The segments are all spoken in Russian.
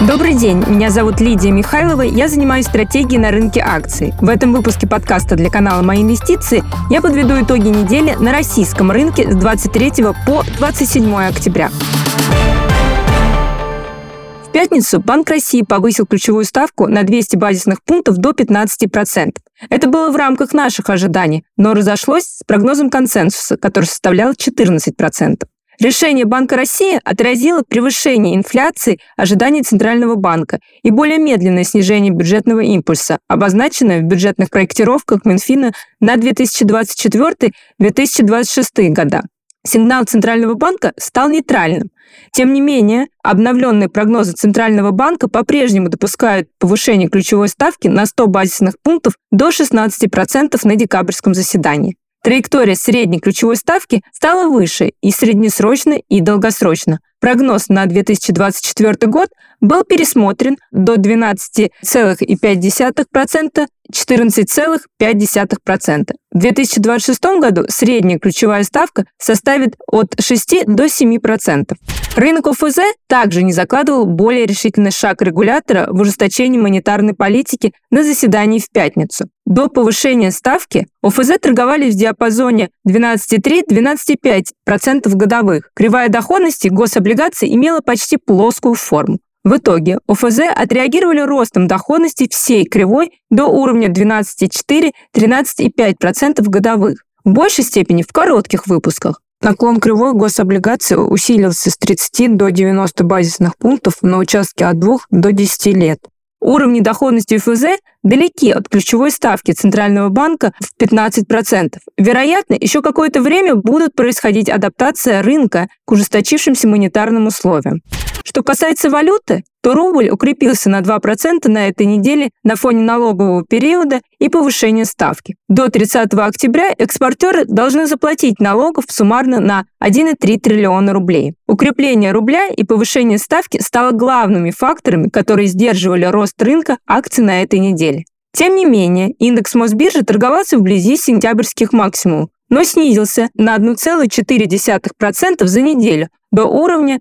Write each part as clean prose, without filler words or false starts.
Добрый день, меня зовут Лидия Михайлова, я занимаюсь стратегией на рынке акций. В этом выпуске подкаста для канала «Мои инвестиции» я подведу итоги недели на российском рынке с 23 по 27 октября. В пятницу Банк России повысил ключевую ставку на 200 базисных пунктов до 15%. Это было в рамках наших ожиданий, но разошлось с прогнозом консенсуса, который составлял 14%. Решение Банка России отразило превышение инфляции ожиданий Центрального банка и более медленное снижение бюджетного импульса, обозначенное в бюджетных проектировках Минфина на 2024-2026 года. Сигнал Центрального банка стал нейтральным. Тем не менее, обновленные прогнозы Центрального банка по-прежнему допускают повышение ключевой ставки на 100 базисных пунктов до 16% на декабрьском заседании. Траектория средней ключевой ставки стала выше и среднесрочно, и долгосрочно. Прогноз на 2024 год был пересмотрен до 12,5%, 14,5%. В 2026 году средняя ключевая ставка составит от 6 до 7%. Рынок ОФЗ также не закладывал более решительный шаг регулятора в ужесточении монетарной политики на заседании в пятницу. До повышения ставки ОФЗ торговали в диапазоне 12,3-12,5% годовых. Кривая доходности гособлигаций имела почти плоскую форму. В итоге ОФЗ отреагировали ростом доходности всей кривой до уровня 12,4-13,5% годовых, в большей степени в коротких выпусках. Наклон кривой гособлигаций усилился с 30 до 90 базисных пунктов на участке от 2 до 10 лет. Уровни доходности ОФЗ далеки от ключевой ставки Центрального банка в 15%. Вероятно, еще какое-то время будут происходить адаптация рынка к ужесточившимся монетарным условиям. Что касается валюты, то рубль укрепился на 2% на этой неделе на фоне налогового периода и повышения ставки. До 30 октября экспортеры должны заплатить налогов суммарно на 1,3 триллиона рублей. Укрепление рубля и повышение ставки стало главными факторами, которые сдерживали рост рынка акций на этой неделе. Тем не менее, индекс Мосбиржи торговался вблизи сентябрьских максимумов, но снизился на 1,4% за неделю до уровня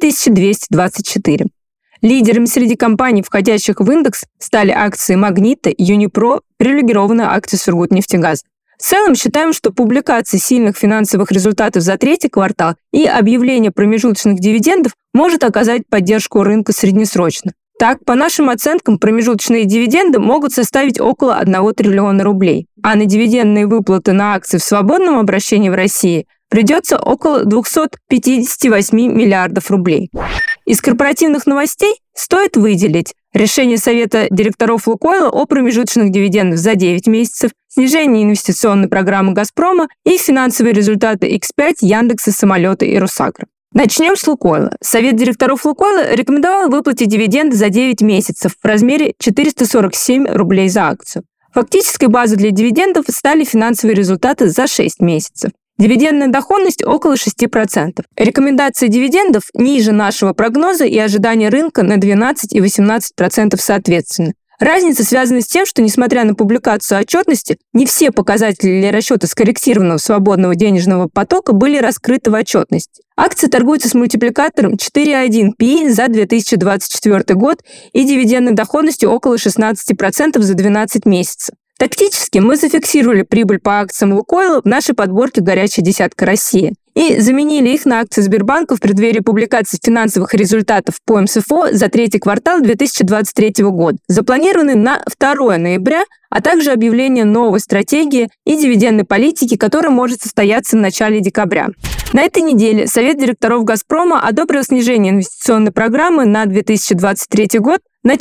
3224. Лидерами среди компаний, входящих в индекс, стали акции Магнита, Юнипро, привилегированные акции Сургутнефтегаз. В целом считаем, что публикация сильных финансовых результатов за третий квартал и объявление промежуточных дивидендов может оказать поддержку рынка среднесрочно. Так, по нашим оценкам, промежуточные дивиденды могут составить около 1 триллиона рублей, а на дивидендные выплаты на акции в свободном обращении в России придется около 258 миллиардов рублей. Из корпоративных новостей стоит выделить решение Совета директоров Лукойла о промежуточных дивидендах за 9 месяцев, снижение инвестиционной программы «Газпрома» и финансовые результаты X5, Яндекса, Самолета и Росагро. Начнем с Лукойла. Совет директоров Лукойла рекомендовал выплатить дивиденды за 9 месяцев в размере 447 рублей за акцию. Фактической базой для дивидендов стали финансовые результаты за 6 месяцев. Дивидендная доходность около 6%. Рекомендации дивидендов ниже нашего прогноза и ожидания рынка на 12 и 18% соответственно. Разница связана с тем, что, несмотря на публикацию отчетности, не все показатели для расчета скорректированного свободного денежного потока были раскрыты в отчетности. Акции торгуются с мультипликатором 4,1 PE за 2024 год и дивидендной доходностью около 16% за 12 месяцев. Тактически мы зафиксировали прибыль по акциям Лукойла в нашей подборке «Горячая десятка России» и заменили их на акции Сбербанка в преддверии публикации финансовых результатов по МСФО за третий квартал 2023 года, запланированный на 2 ноября, а также объявление новой стратегии и дивидендной политики, которая может состояться в начале декабря. На этой неделе Совет директоров «Газпрома» одобрил снижение инвестиционной программы на 2023 год на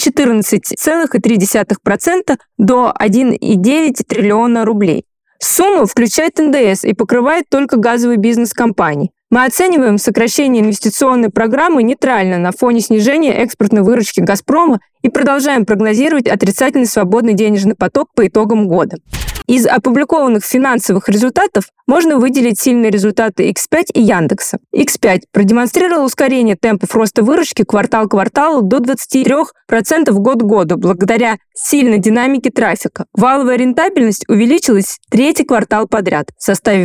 14,3% до 1,9 триллиона рублей. Сумма включает НДС и покрывает только газовый бизнес компаний. Мы оцениваем сокращение инвестиционной программы нейтрально на фоне снижения экспортной выручки «Газпрома» и продолжаем прогнозировать отрицательный свободный денежный поток по итогам года. Из опубликованных финансовых результатов можно выделить сильные результаты X5 и Яндекса. X5 продемонстрировал ускорение темпов роста выручки квартал к кварталу до 23% год к году благодаря сильной динамике трафика. Валовая рентабельность увеличилась третий квартал подряд, составив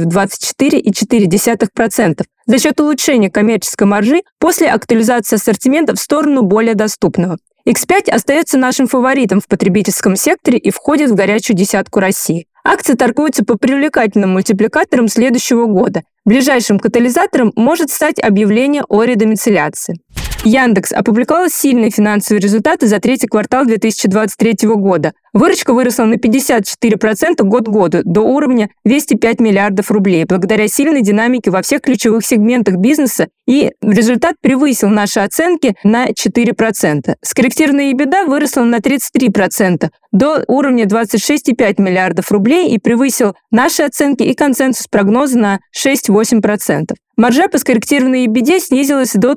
24,4% за счет улучшения коммерческой маржи после актуализации ассортимента в сторону более доступного. X5 остается нашим фаворитом в потребительском секторе и входит в горячую десятку России. Акции торгуются по привлекательным мультипликаторам следующего года. Ближайшим катализатором может стать объявление о редомицеляции. Яндекс опубликовал сильные финансовые результаты за третий квартал 2023 года. Выручка выросла на 54% год к году до уровня 205 миллиардов рублей благодаря сильной динамике во всех ключевых сегментах бизнеса, и результат превысил наши оценки на 4%. Скорректированная EBITDA выросла на 33% до уровня 26,5 миллиардов рублей и превысил наши оценки и консенсус прогноза на 6-8%. Маржа по скорректированной EBITDA снизилась до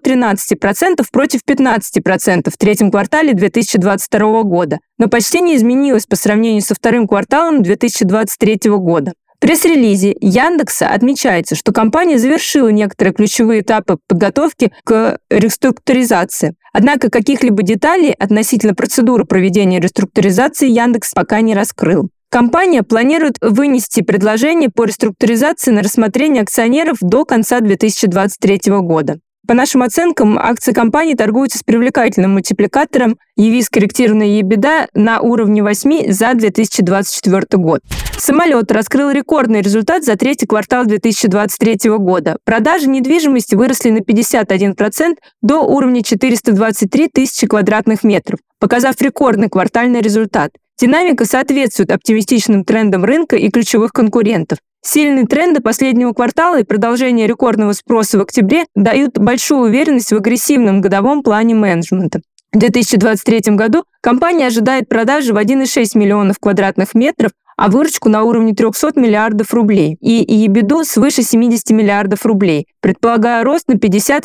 13% против 15% в третьем квартале 2022 года, но почти не изменилась по сравнению со вторым кварталом 2023 года. В пресс-релизе Яндекса отмечается, что компания завершила некоторые ключевые этапы подготовки к реструктуризации. Однако каких-либо деталей относительно процедуры проведения реструктуризации Яндекс пока не раскрыл. Компания планирует вынести предложение по реструктуризации на рассмотрение акционеров до конца 2023 года. По нашим оценкам, акции компании торгуются с привлекательным мультипликатором EV скорректированной EBITDA на уровне 8 за 2024 год. Самолет раскрыл рекордный результат за третий квартал 2023 года. Продажи недвижимости выросли на 51% до уровня 423 тысячи квадратных метров, показав рекордный квартальный результат. Динамика соответствует оптимистичным трендам рынка и ключевых конкурентов. Сильные тренды последнего квартала и продолжение рекордного спроса в октябре дают большую уверенность в агрессивном годовом плане менеджмента. В 2023 году компания ожидает продажи в 1,6 миллионов квадратных метров, а выручку на уровне 300 миллиардов рублей и EBITDA свыше 70 миллиардов рублей, предполагая рост на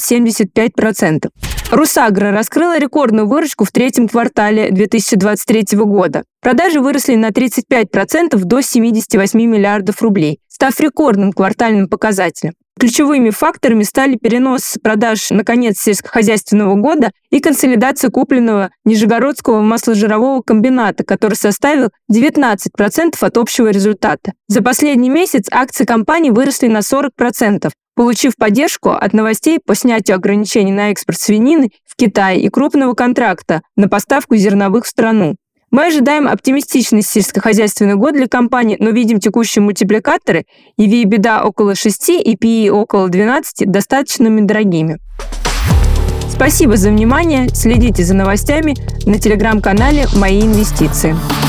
50-75%. Русагра раскрыла рекордную выручку в третьем квартале 2023 года. Продажи выросли на 35% до 78 миллиардов рублей, став рекордным квартальным показателем. Ключевыми факторами стали перенос продаж на конец сельскохозяйственного года и консолидация купленного Нижегородского масложирового комбината, который составил 19% от общего результата. За последний месяц акции компании выросли на 40%, получив поддержку от новостей по снятию ограничений на экспорт свинины в Китай и крупного контракта на поставку зерновых в страну. Мы ожидаем оптимистичный сельскохозяйственный год для компании, но видим текущие мультипликаторы EV/EBITDA около 6 и PE около 12 достаточно дорогими. Спасибо за внимание. Следите за новостями на телеграм-канале «Мои инвестиции».